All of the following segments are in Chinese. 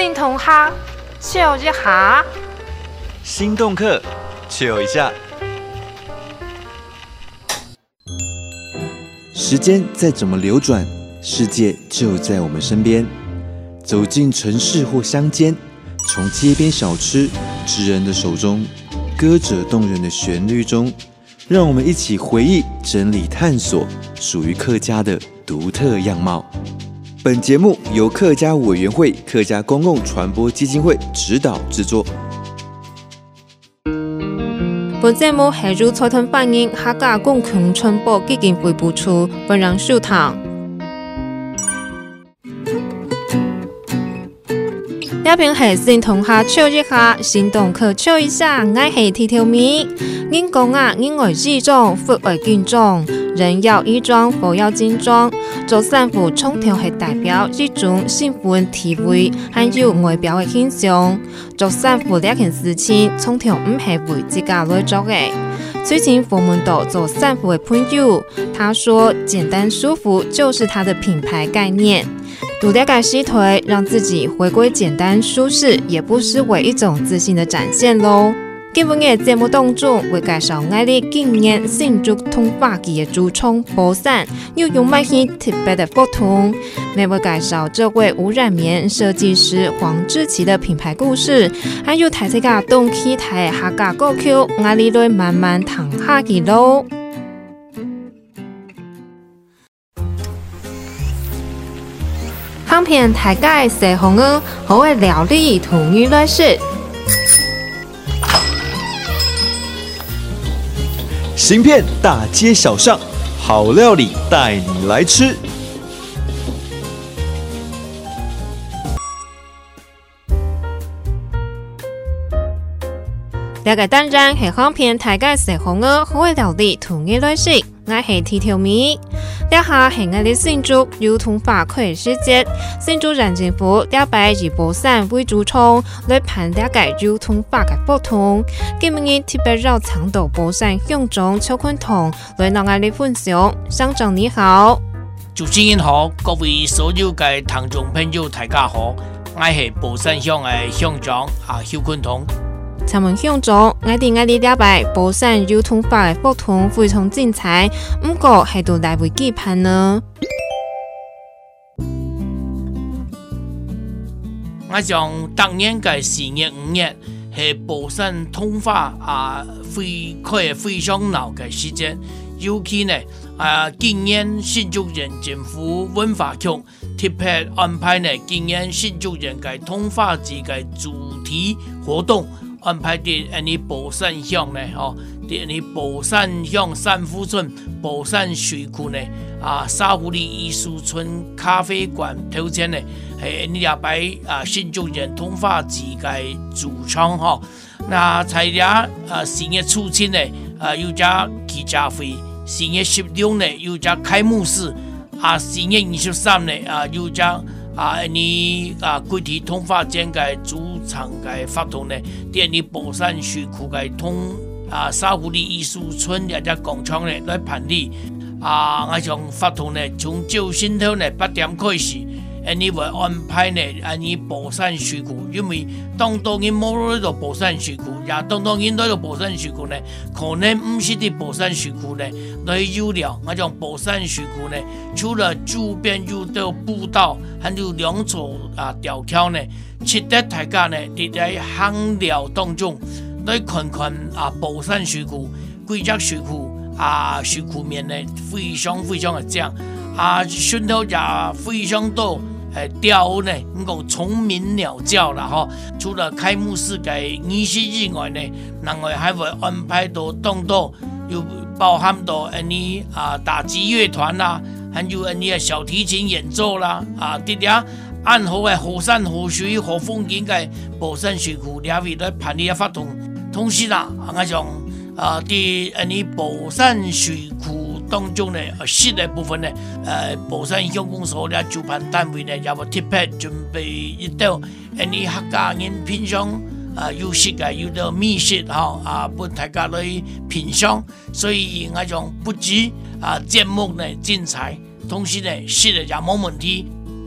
新同学笑一下， 心动课chill一下。时间再怎么流转，世界就在我们身边。走进城市或乡间，从街边小吃至人的手中，歌者动人的旋律中，让我们一起回忆、整理、探索属于客家的独特样貌。本节目由客家委员会客家公共传播基金会指导制作。 本节目是由财团法人客家公共传播基金会播出，本人收听。这边是新同学笑一下，心动可笑一下，我是铁条米。人讲啊，人为志壮，佛为敬重，人要衣装，佛要精装。做衫服通常是代表一种身份地位，还有外表的形象。做衫服这件事情，通常不是为自家来做的。最近访问到做衫服的朋友，他说：“简单舒服就是他的品牌概念。”独立改西腿，让自己回归简单舒适，也不失为一种自信的展现咯。今日的节目当中，会介绍我哋今年新竹通发期的主创波山，又用买起特别的不同。也会介绍这位无染棉设计师黄志奇的品牌故事，还有台这个东起台的客家歌曲，我哋来慢慢谈下去咯。方片台街西红儿，好的料理同娱乐室。 行骗大街小巷，好料理带你来吃。 了解单然是方片台街西红儿，好的料理同娱乐室。我是铁条米，这下是我的新竹流通法规时节，新竹县政府了摆以波山为主创来盘了解流通法的不同。今日特别绕长到波山乡长邱坤彤来让我哋分享。乡长你好， 主持人好，各位所有嘅听众朋友大家好，我是波山乡嘅乡长邱坤彤。 请问乡长，我哋了解波山流通法的不同非常精彩，不过系度来为几盘呢？ 我想当年嘅4月5日是波山通法非常闹嘅时间，尤其呢今年新竹县政府文化局特别安排呢，今年新竹县嘅通法节嘅主题活动。安排伫安波山乡呢，伫安波山乡三福村波山水库呢，沙湖里艺术村咖啡馆头前呢，系安了摆新竹县通法节嘅主场那材料4月初7呢，有只记者会；4月16呢，有只开幕式；4月23呢，有只具体通法节嘅主场嘅活动呢，伫波山水库嘅沙湖里艺术村一只广场呢来办理。我想活动呢，从朝晨头呢8点开始，会安排呢波山水库，因为当人冇到波山水库，也当人到波山水库呢，可能唔是伫波山水库呢来游了。我想波山水库呢，除了周边有的步道，还有2座吊桥呢，值得大家呢在行寮当中来看看波山水库、几只水库水库面呢非常的正顺头也非常多。钓呢，虫鸣鸟叫啦除了开幕式嘅仪式以外呢，另外还会安排到当多，又包含到打击乐团啦，还有小提琴演奏啦伫遐暗好嘅河山河水河风景嘅波山水库，也为来办理发动。同时啦，我想伫波山水库当中呢，10的部分呢，波山乡公所咧主办单位呢，也有特别准备一道客家人品尝有食嘅有道美食俾大家来品尝。所以我想不止节目呢精彩，同时呢食的也冇问题。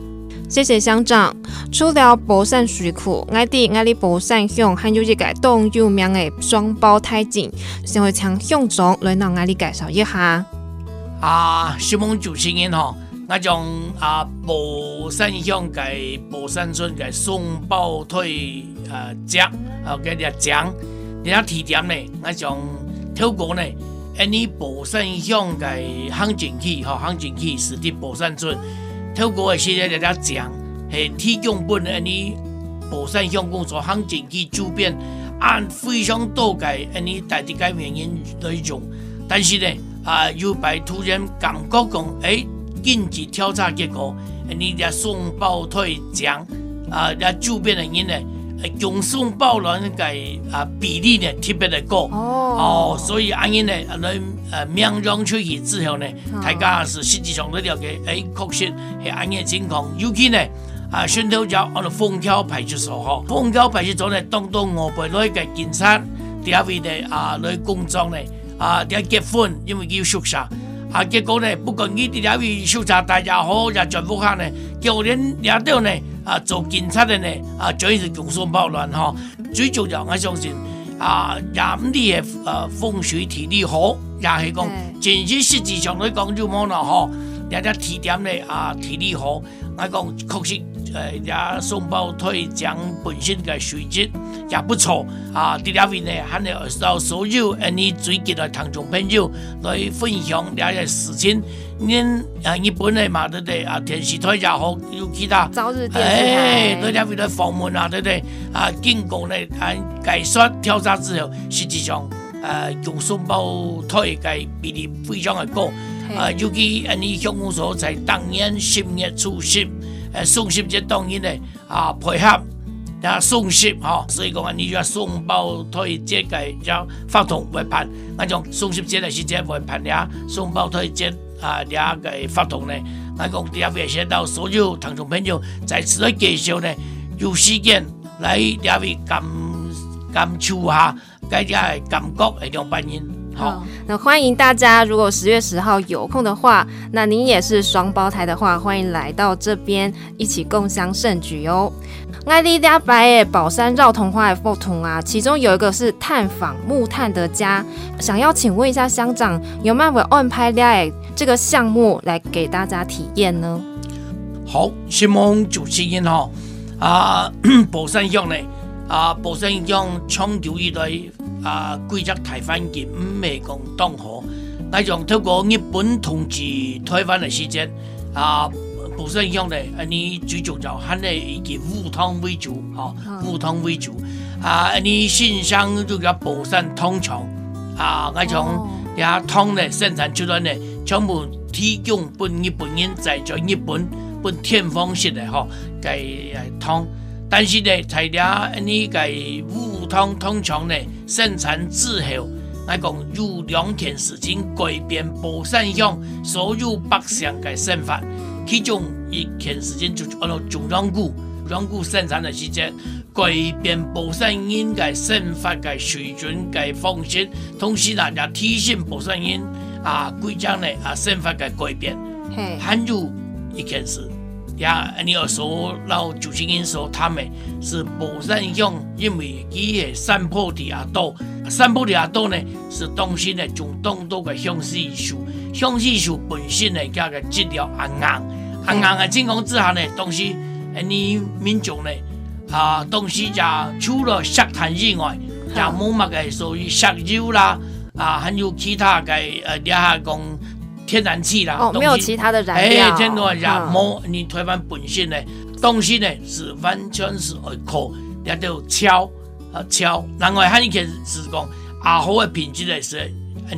谢谢乡长。除了宝山水库，我哋宝山乡还有一个动有名的双胞胎景，先会请乡长来让我哋介绍一下。 希望主持人我将宝山乡嘅宝山村嘅双胞胎奖嘅啲奖，啲提点呢，我将透过呢，你宝山乡嘅行政区是伫宝山村，透过现在啲奖，系提供本你宝山乡工作行政区周边按非常多嘅你大啲嘅原因来用，但是呢有摆突然感觉讲，紧急调查结果，你哋双胞胎奖周边的人呢，用双胞卵嘅比例呢特别的高所以安因呢，명령出去之后呢，大家是实际上都了解，确实系安嘅情况。尤其呢，宣头就凤桥派出所凤桥派出所呢，当我辈来嘅警察，第一位呢来工作呢，第结婚，因为要宿舍。结果呢，不管你第二位宿舍大家好，也全部下呢，叫人掠到呢，做警察的呢，全是用双胞卵最重要，我相信也唔啲嘅风水体力好，也係講，真是實際上嚟講就冇啦有啲提點呢體力好，我講確實也雙胞胎獎本身嘅水質也不錯第二位呢，還有到所有你最近嘅聽眾朋友來分享啲嘅事情。日本的嘛，對不對電視台也好，有其他朝日電視台， 對啲為咗訪問對不對經過呢解說調查之後，實際上用雙胞胎嘅比例非常的高尤其你鄉公所在當年10月初10送十節當然呢配合送十所以講你要雙胞胎節嘅要發動為辦，我講送十節嘅時節為辦雙胞胎節兩個發動呢，我講第二位寫到所有聽眾朋友在此來介紹呢，有時間來兩位感受下大家的感覺係兩班人。 那歡迎大家，如果10月10號有空的話，那您也是雙胞胎的話，歡迎來到這邊一起共襄盛舉哦。我哋禮拜的寶山繞童話的活動其中有一個是探訪木炭的家，想要請問一下鄉長，有沒有安排這個項目來給大家體驗呢？ 好，希望主持人寶山鄉呢寶山鄉長久以來規則台灣嘅唔係講當好，我用透過日本統治台灣嘅時間寶山鄉呢，你最重要係呢以武湯為主武湯為主你新鄉就叫寶山湯廠我從湯呢生產出來呢，全部提供本日本人在日本本天方式嘅湯。但是呢，在你個武湯湯廠呢生產之後，我講有2件事情改變寶山鄉所有百姓嘅生活。其中一件事情就種養菇生產的時間，改變寶山人嘅生活嘅水準嘅方式，同時呢也提醒寶山人規章呢生活嘅改變。還有一件事。你有說老主持人說他們是寶山鄉，因為佢係山坡地多，山坡地多呢是東西呢種當多嘅香絲樹，香絲樹本身呢加個質料硬嘅情況之下呢，東西你民眾呢東西就除了石炭以外，就冇乜嘅屬於石油啦還有其他嘅講。天然氣啦， 沒有其他的燃料。 天然氣冇，你台灣本身呢東西呢是完全是靠那條敲，另外還一件是講好嘅品質呢是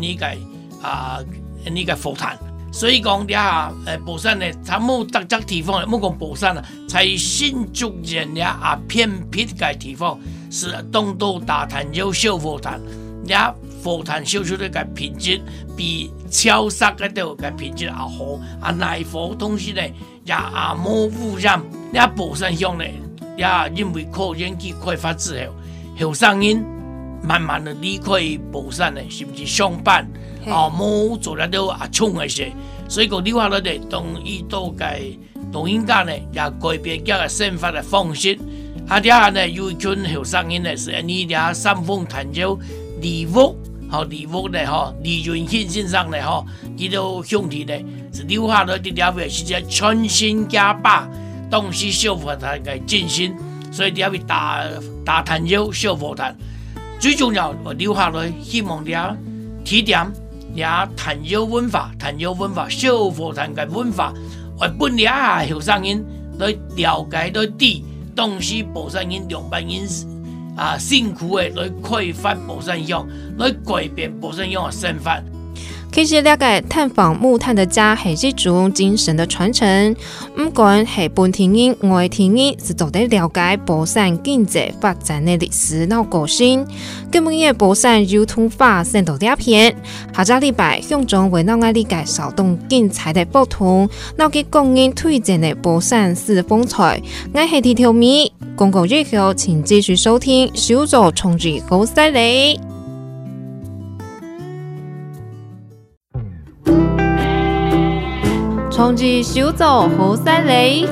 你個火炭，所以講寶山呢，它冇特質地方，冇講寶山啦，在新竹人偏僻嘅地方是東都大炭有小火炭，火炭燒出嚟嘅品質比超殺嗰度嘅品質也好，耐火同時呢也冇污染。寶山鄉呢也因為科研機開發之後，後生人慢慢的離開寶山呢，甚至上班冇做得到衝嘅事，所以講你話咧，當伊到嘅抖音间呢也改变这个生活的方式。啊，底下呢有一群后生人呢是你俩三风谈酒礼物，礼物呢利润现线上呢伊都兄弟呢是留下来的了解是只全新加把东西小佛坛嘅进行，所以了解打谈酒小佛坛最重要，我留下来希望俩提点俩谈酒文化小佛坛嘅文化，我本俩后生人来了解来知。东西保山人两班人辛苦的来开发保山乡，来改变保山乡的生活。 其实了解探访木炭的家是一种精神的传承，不管是本地人、外地人，是都得了解保山经济发展的历史和个性。根本嘅保山有通化深度两片，下个礼拜向中为咱理解少动建材的不同，那给供应推荐的保山四风采，我是TTO米。公共日后请继续收听小组重置好犀利。重置小组好犀利，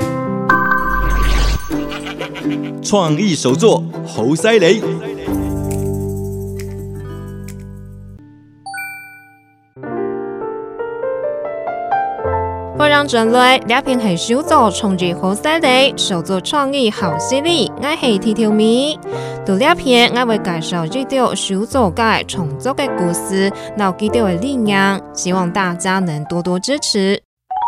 创意手作好犀利。 非常准类，两篇系小组重置好犀利，手作创意好犀利。我是TTO米，读两篇我会介绍这条小组界创作的故事，有几条的理念，希望大家能多多支持。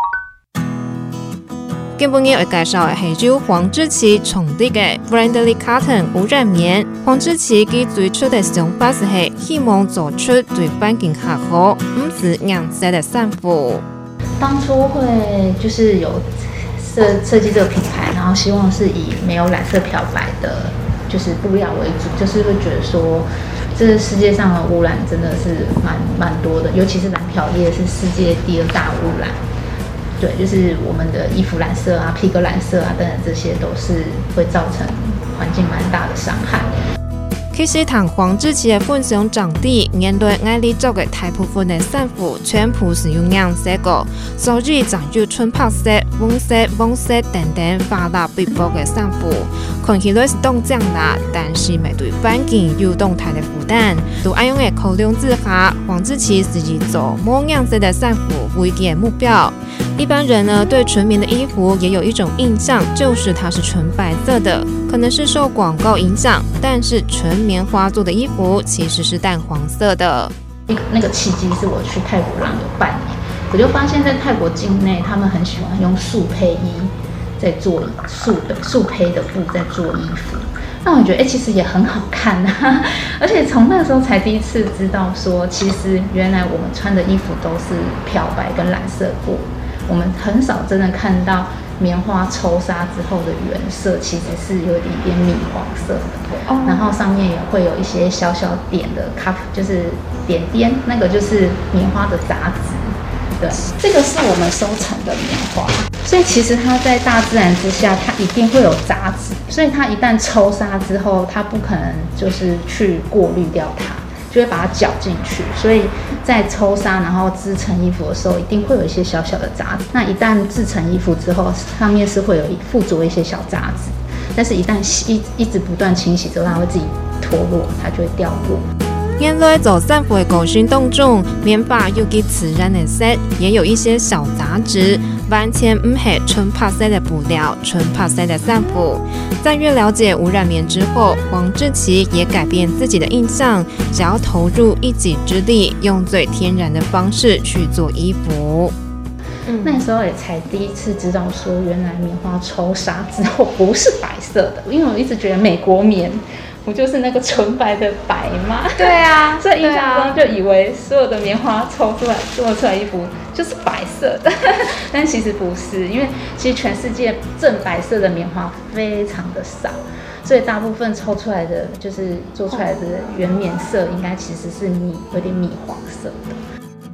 今本日会介绍的是由黄志奇创立的 Friendly Cotton 无染棉。黄志奇佢最初的想法是希望做出对环境较好，不是颜色的衫服。 当初会就是有设计这个品牌，然后希望是以没有染色漂白的，就是布料为主，就是会觉得说，这个世界上的污染真的是蛮多的，尤其是染漂业是世界第2大污染。对，就是我们的衣服染色啊、皮革染色啊等等，这些都是会造成环境蛮大的伤害。 其实，谈黄志奇的分享场地，面对爱丽做的大部分的衫服，全部是用颜色的，所以就有纯白色、黄色、黄色等等花蜡背部的衫服，看起来是动这样啦，但是面对环境有动态的负担。在爱用的考量之下，黄志奇是以做冇颜色的衫服为其目标。一般人呢，对纯棉的衣服也有一种印象，就是它是纯白色的，可能是受广告影响，但是纯棉花做的衣服其实是淡黄色的。 那个契机是我去泰国浪有半年，我就发现在泰国境内，他们很喜欢用素胚衣在做素胚的布在做衣服。那我觉得其实也很好看啊，而且从那时候才第一次知道说，其实原来我们穿的衣服都是漂白跟染色过。我们很少真的看到棉花抽纱之后的原色，其实是有一点米黄色的，然后上面也会有一些小小点的就是点点，那个就是棉花的杂质。对，这个是我们收成的棉花，所以其实它在大自然之下，它一定会有杂质，所以它一旦抽纱之后，它不可能就是去过滤掉它。就会把它搅进去，所以在抽纱然后织成衣服的时候，一定会有一些小小的杂质。那一旦制成衣服之后，上面是会有附着一些小杂质，但是一旦一直不断清洗之后，它会自己脱落，它就会掉落。 原来做衫服的过程当中，棉花有其自然的色，也有一些小杂质，完全不是纯白色的布料、纯白色的衫服。在越了解无染棉之后，黄志奇也改变自己的印象，想要投入一己之力，用最天然的方式去做衣服。 那时候也才第一次知道说，原来棉花抽纱之后不是白色的，因为我一直觉得美国棉不就是那个纯白的白吗？ 对啊， 所以印象中就以为所有的棉花做出来衣服就是白色的，但其实不是，因为其实全世界正白色的棉花非常的少，所以大部分抽出来的就是做出来的原棉色，应该其实是有点米黄色的。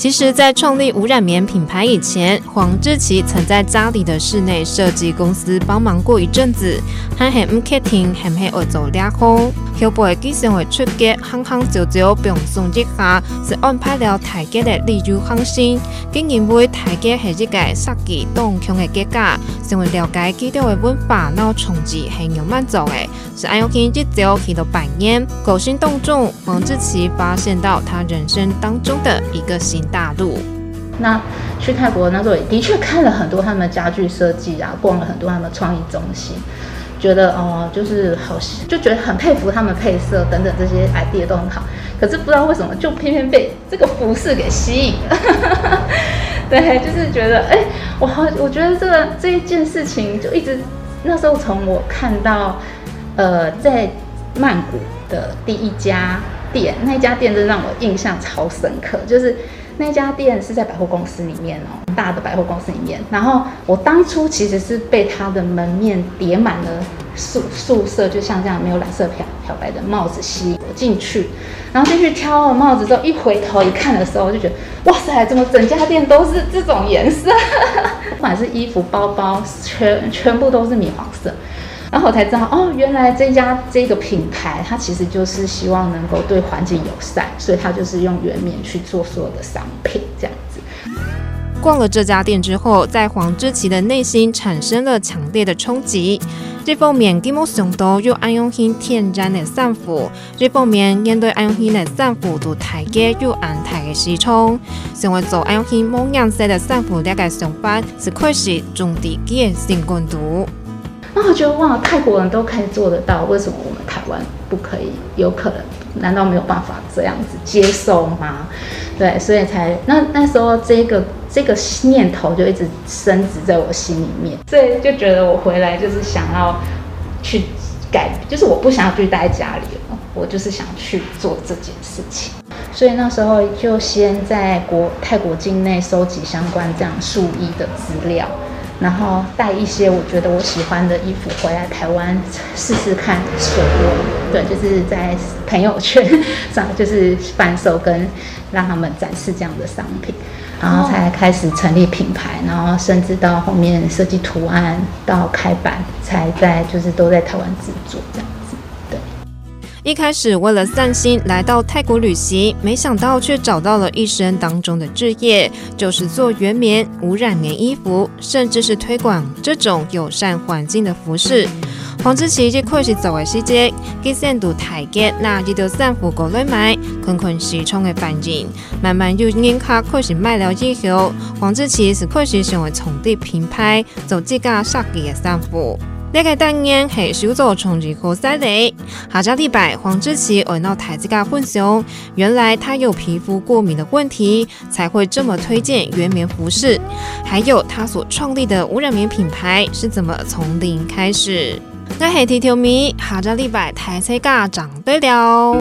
其实，在创立无染棉品牌以前，黄志祺曾在家里的室内设计公司帮忙过一阵子，还很唔确定係唔係會做倆好。後背經常會出街行行少少，並送一下，是安排了大家的旅遊航線，竟然為大家係一個設計當強的結果，成為了解基督的文化，然後從此係有滿足的，是按用一招去到扮演。勾心鬥角，黃志祺發現到他人生當中的一個新大陸。 那去泰国那时候也的确看了很多他们家具设计啊，逛了很多他们创意中心，觉得就是好，就觉得很佩服他们配色等等这些 idea 都很好。可是不知道为什么，就偏偏被这个服饰给吸引了。对，就是觉得我觉得这一件事情就一直那时候从我看到在曼谷的第一家店，那家店真的让我印象超深刻，就是那家店是在百货公司里面大的百货公司里面。然后我当初其实是被它的门面叠满了素色，就像这样没有染色漂白的帽子吸引我进去。然后进去挑了帽子之后，一回头一看的时候，就觉得哇塞，怎么整家店都是这种颜色？不管是衣服、包包，全部都是米黄色。然后我才知道，原来这个品牌，它其实就是希望能够对环境友善，所以它就是用原棉去做所有的商品这样子。 逛了这家店之后，在黄志祺的内心产生了强烈的冲击。这方面基本上都有按用性天然的sản phẩm，这方面面对按用性的sản phẩm都大家有安泰的市場。想要做按用性冇顏色的sản phẩm，大概想法是可惜中地嘅新冠度。 那我觉得哇，泰国人都可以做得到，为什么我们台湾不可以？有可能？难道没有办法这样子接受吗？对，所以才那时候这个念头就一直深植在我心里面，所以就觉得我回来就是想要去就是我不想要去待在家里了，我就是想去做这件事情。所以那时候就先在泰国境内收集相关这样束衣的资料。然后带一些我觉得我喜欢的衣服回来台湾试试看水温，对，就是在朋友圈上就是贩售跟让他们展示这样的商品，然后才开始成立品牌，然后甚至到后面设计图案到开版，才就是都在台湾制作这样子。对。 一开始为了散心来到泰国旅行，没想到却找到了一生当中的志业，就是做原棉、无染棉衣服，甚至是推广这种友善环境的服饰。黄志祺開始做嘅時節，佢先到大家拿呢條衫褲過來買，看市場嘅反應，慢慢有人客開始買了以後，黃志祺是開始成為創立品牌，做自家設計嘅衫褲。呢個當然係小組從如何犀利。下個禮拜，黃志祺會到台自家分享，原來他有皮膚過敏的問題，才會這麼推薦原棉服飾。還有他所創立的無染棉品牌是怎麼從零開始。我係鐵條咪，下個禮拜台自家長對了。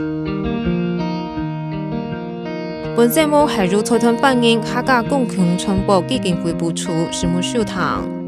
本節目係由財團反映客家共同傳播基金會播出，節目收聽。